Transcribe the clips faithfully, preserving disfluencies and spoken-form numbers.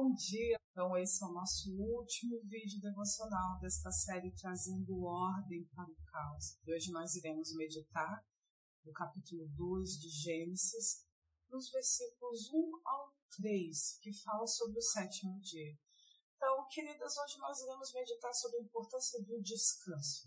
Bom dia! Então esse é o nosso último vídeo devocional desta série Trazendo Ordem para o Caos. E hoje nós iremos meditar no capítulo dois de Gênesis, nos versículos um ao três, que fala sobre o sétimo dia. Então, queridas, hoje nós iremos meditar sobre a importância do descanso.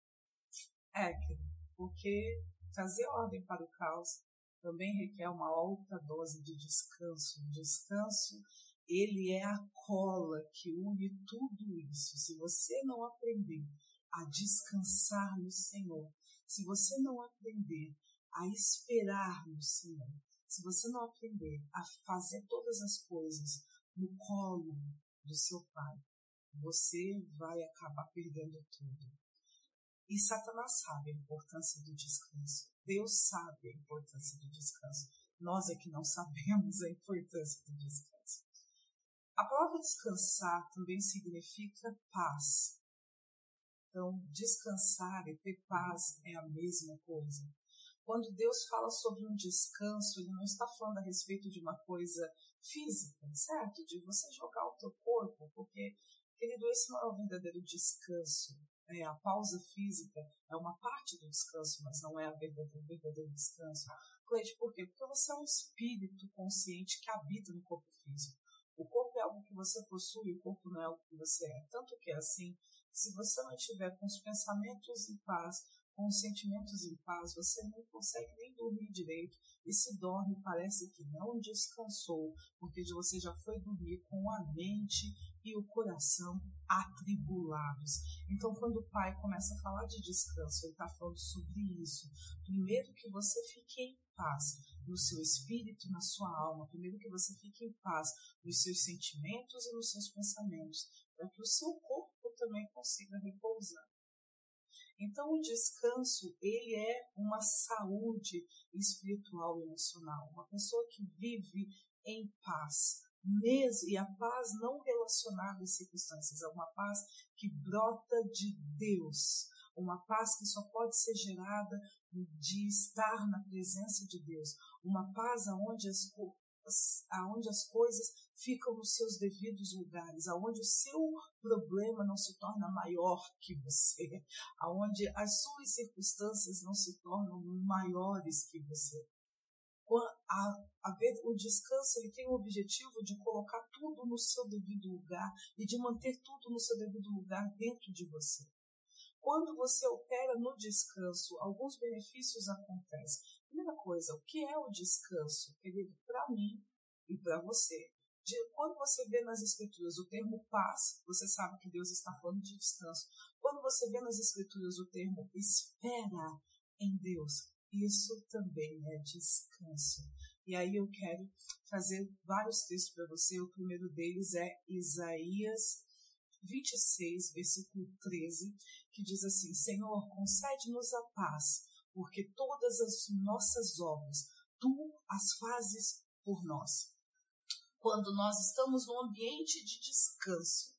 É, querido, porque trazer ordem para o caos também requer uma alta dose de descanso. O descanso, ele é a cola que une tudo isso. Se você não aprender a descansar no Senhor, se você não aprender a esperar no Senhor, se você não aprender a fazer todas as coisas no colo do seu Pai, você vai acabar perdendo tudo. E Satanás sabe a importância do descanso. Deus sabe a importância do descanso. Nós é que não sabemos a importância do descanso. A palavra descansar também significa paz. Então, descansar e ter paz é a mesma coisa. Quando Deus fala sobre um descanso, Ele não está falando a respeito de uma coisa física, certo? De você jogar o teu corpo, porque, querido, esse não é o verdadeiro descanso. É, a pausa física é uma parte do descanso, mas não é a verdadeiro, o verdadeiro descanso. Cleide, por quê? Porque você é um espírito consciente que habita no corpo físico. O corpo é algo que você possui, o corpo não é algo que você é. Tanto que é assim, se você não estiver com os pensamentos em paz, com os sentimentos em paz, você não consegue nem dormir direito. E se dorme, parece que não descansou, porque você já foi dormir com a mente e o coração atribulados. Então, quando o Pai começa a falar de descanso, Ele está falando sobre isso. Primeiro que você fique em paz no seu espírito, na sua alma. Primeiro que você fique em paz nos seus sentimentos e nos seus pensamentos, para que o seu corpo também consiga repousar. Então, o descanso, ele é uma saúde espiritual e emocional. Uma pessoa que vive em paz, mesmo, e a paz não relacionada às circunstâncias, é uma paz que brota de Deus. Uma paz que só pode ser gerada de estar na presença de Deus. Uma paz onde as aonde as coisas ficam nos seus devidos lugares, aonde o seu problema não se torna maior que você, aonde as suas circunstâncias não se tornam maiores que você. A, a, o descanso, ele tem o objetivo de colocar tudo no seu devido lugar e de manter tudo no seu devido lugar dentro de você. Quando você opera no descanso, alguns benefícios acontecem. Primeira coisa, o que é o descanso? Querido, para mim e para você. De, quando você vê nas Escrituras o termo paz, você sabe que Deus está falando de descanso. Quando você vê nas Escrituras o termo espera em Deus, isso também é descanso. E aí eu quero trazer vários textos para você. O primeiro deles é Isaías vinte e seis, versículo treze, que diz assim: Senhor, concede-nos a paz, porque todas as nossas obras, Tu as fazes por nós. Quando nós estamos num ambiente de descanso,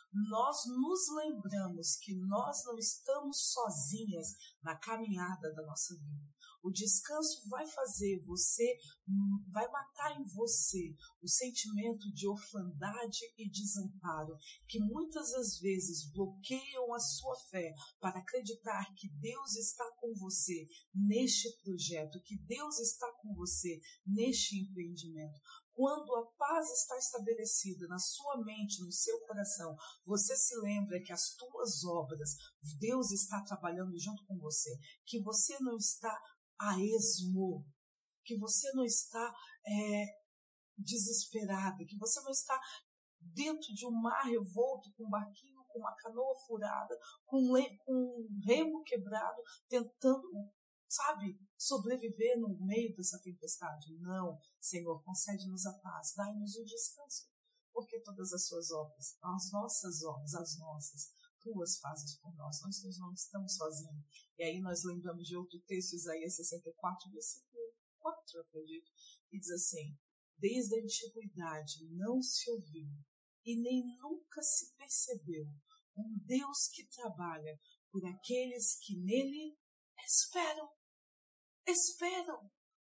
nós nos lembramos que nós não estamos sozinhas na caminhada da nossa vida. O descanso vai fazer você, vai matar em você o sentimento de orfandade e desamparo, que muitas das vezes bloqueiam a sua fé para acreditar que Deus está com você neste projeto, que Deus está com você neste empreendimento. Quando a paz está estabelecida na sua mente, no seu coração, você se lembra que as tuas obras, Deus está trabalhando junto com você, que você não está a esmo, que você não está é, desesperada, que você não está dentro de um mar revolto, com um barquinho, com uma canoa furada, com, le- com um remo quebrado, tentando, sabe, sobreviver no meio dessa tempestade. Não, Senhor, concede-nos a paz, dai-nos o descanso, porque todas as suas obras, as nossas obras, as nossas, tuas fazes por nós, nós não estamos sozinhos. E aí nós lembramos de outro texto, Isaías sessenta e quatro, versículo quatro, eu acredito, que diz assim: desde a antiguidade não se ouviu e nem nunca se percebeu um Deus que trabalha por aqueles que nele esperam. Esperam.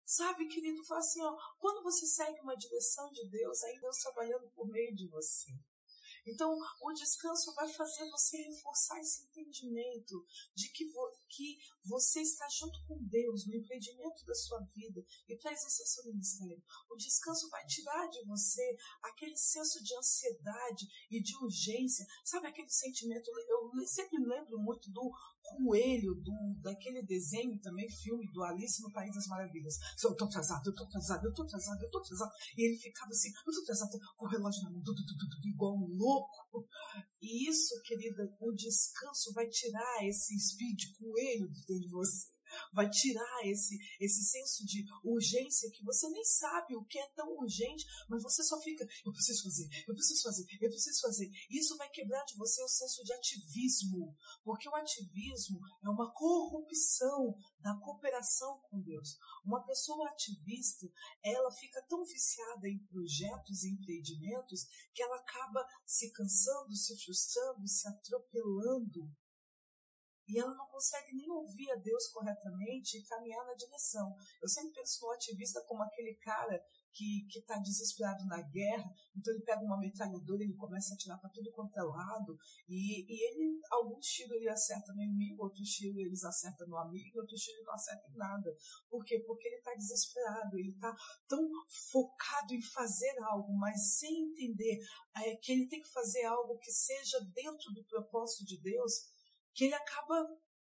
Sabe, querido, fala assim, ó, quando você segue uma direção de Deus, aí Deus trabalhando por meio de você. Então, o descanso vai fazer você reforçar esse entendimento de que, vo, que você está junto com Deus no empreendimento da sua vida e para exercer seu ministério. O descanso vai tirar de você aquele senso de ansiedade e de urgência. Sabe aquele sentimento? Eu sempre lembro muito do coelho, do, daquele desenho também, filme do Alice no País das Maravilhas. Eu tô atrasado, eu tô atrasado, eu tô atrasado, eu tô atrasado. E ele ficava assim, eu tô atrasado, com o relógio na mão, du, du, du, du, igual um louco. E isso, querida, o descanso vai tirar esse espírito de coelho dentro de você. Vai tirar esse, esse senso de urgência que você nem sabe o que é tão urgente, mas você só fica, eu preciso fazer, eu preciso fazer, eu preciso fazer. Isso vai quebrar de você o senso de ativismo, porque o ativismo é uma corrupção da cooperação com Deus. Uma pessoa ativista, ela fica tão viciada em projetos e empreendimentos que ela acaba se cansando, se frustrando, se atropelando. E ela não consegue nem ouvir a Deus corretamente e caminhar na direção. Eu sempre penso no ativista como aquele cara que está desesperado na guerra, então ele pega uma metralhadora e ele começa a atirar para tudo quanto é lado, e, e ele, alguns tiros ele acerta no inimigo, outros tiros eles acertam no amigo, outros tiros ele não acerta em nada. Por quê? Porque ele está desesperado, ele está tão focado em fazer algo, mas sem entender é, que ele tem que fazer algo que seja dentro do propósito de Deus, que ele acaba...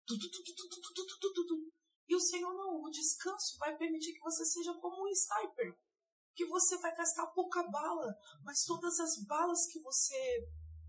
E o Senhor não, o descanso vai permitir que você seja como um sniper, que você vai gastar pouca bala, mas todas as balas que você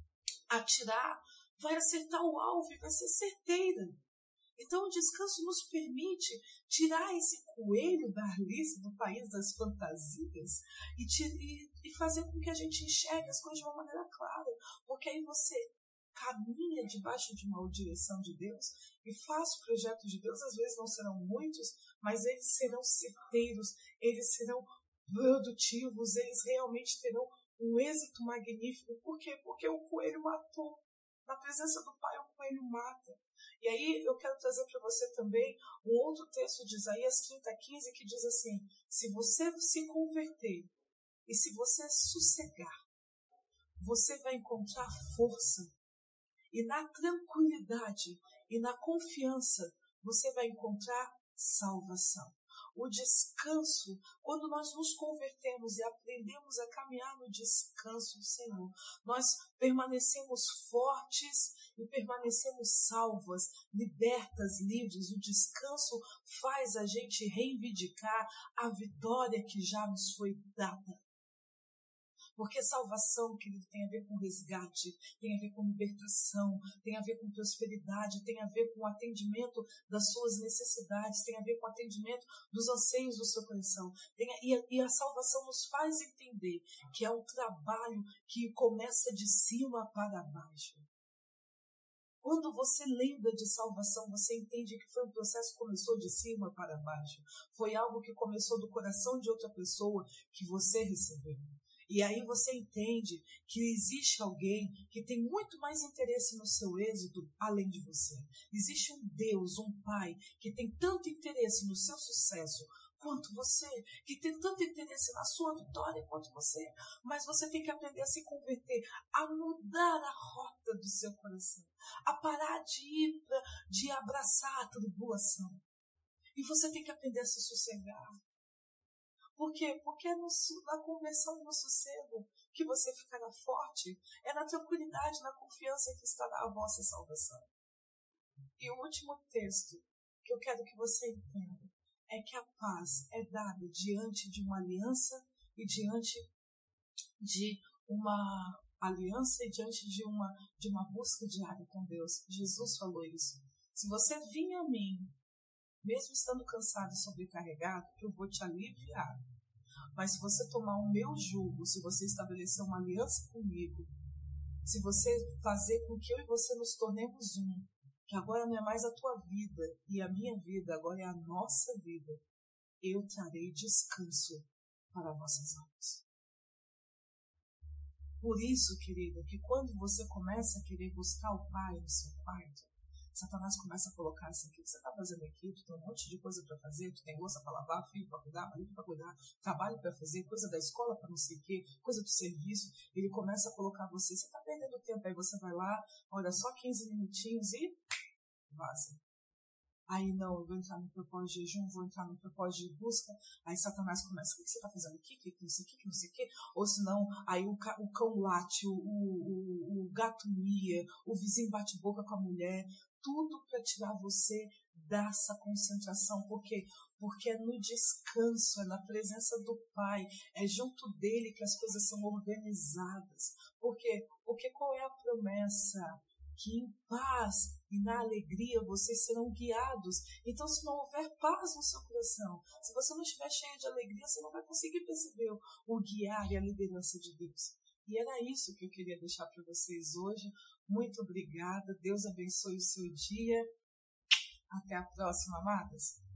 atirar vai acertar o alvo e vai ser certeira. Então o descanso nos permite tirar esse coelho da Alice, do País das Fantasias, e, e, e fazer com que a gente enxergue as coisas de uma maneira clara, porque aí você caminha debaixo de uma direção de Deus e faz o projeto de Deus. Às vezes não serão muitos, mas eles serão certeiros, eles serão produtivos, eles realmente terão um êxito magnífico. Por quê? Porque o coelho matou. Na presença do Pai, o coelho mata. E aí eu quero trazer para você também um outro texto de Isaías trinta, quinze, que diz assim: se você se converter e se você sossegar, você vai encontrar força. E na tranquilidade e na confiança, você vai encontrar salvação. O descanso, quando nós nos convertemos e aprendemos a caminhar no descanso do Senhor, nós permanecemos fortes e permanecemos salvas, libertas, livres. O descanso faz a gente reivindicar a vitória que já nos foi dada. Porque salvação, querido, tem a ver com resgate, tem a ver com libertação, tem a ver com prosperidade, tem a ver com o atendimento das suas necessidades, tem a ver com o atendimento dos anseios do seu coração. Tem a, e, a, e a salvação nos faz entender que é um trabalho que começa de cima para baixo. Quando você lembra de salvação, você entende que foi um processo que começou de cima para baixo. Foi algo que começou do coração de outra pessoa que você recebeu. E aí você entende que existe alguém que tem muito mais interesse no seu êxito além de você. Existe um Deus, um Pai, que tem tanto interesse no seu sucesso quanto você, que tem tanto interesse na sua vitória quanto você. Mas você tem que aprender a se converter, a mudar a rota do seu coração, a parar de ir, pra, de abraçar a tribulação. E você tem que aprender a se sossegar. Por quê? Porque é no, na conversão e no sossego que você ficará forte. É na tranquilidade, na confiança que estará a vossa salvação. E o último texto que eu quero que você entenda é que a paz é dada diante de uma aliança e diante de uma aliança e diante de uma, de uma busca diária com Deus. Jesus falou isso. Se você vir a mim, mesmo estando cansado e sobrecarregado, eu vou te aliviar. Mas se você tomar o meu jugo, se você estabelecer uma aliança comigo, se você fazer com que eu e você nos tornemos um, que agora não é mais a tua vida e a minha vida, agora é a nossa vida, eu trarei descanso para vossas almas. Por isso, querida, que quando você começa a querer buscar o Pai no seu quarto, Satanás começa a colocar assim, o que você está fazendo aqui? Tu tem um monte de coisa para fazer, tu tem louça para lavar, filho para cuidar, marido para cuidar, trabalho para fazer, coisa da escola para não sei o quê, coisa do serviço. Ele começa a colocar você, você está perdendo tempo, aí você vai lá, olha, só quinze minutinhos e vaza. Aí não, eu vou entrar no propósito de jejum, vou entrar no propósito de busca. Aí Satanás começa, o que você está fazendo aqui? Que não sei o que, que não sei o que. Ou senão, aí o, ca, o cão late, o, o, o gato mia, o vizinho bate boca com a mulher. Tudo para tirar você dessa concentração. Por quê? Porque é no descanso, é na presença do Pai, é junto dele que as coisas são organizadas. Por quê? Porque qual é a promessa? Que em paz e na alegria vocês serão guiados. Então, se não houver paz no seu coração, se você não estiver cheio de alegria, você não vai conseguir perceber o guiar e a liderança de Deus. E era isso que eu queria deixar para vocês hoje. Muito obrigada. Deus abençoe o seu dia. Até a próxima, amadas.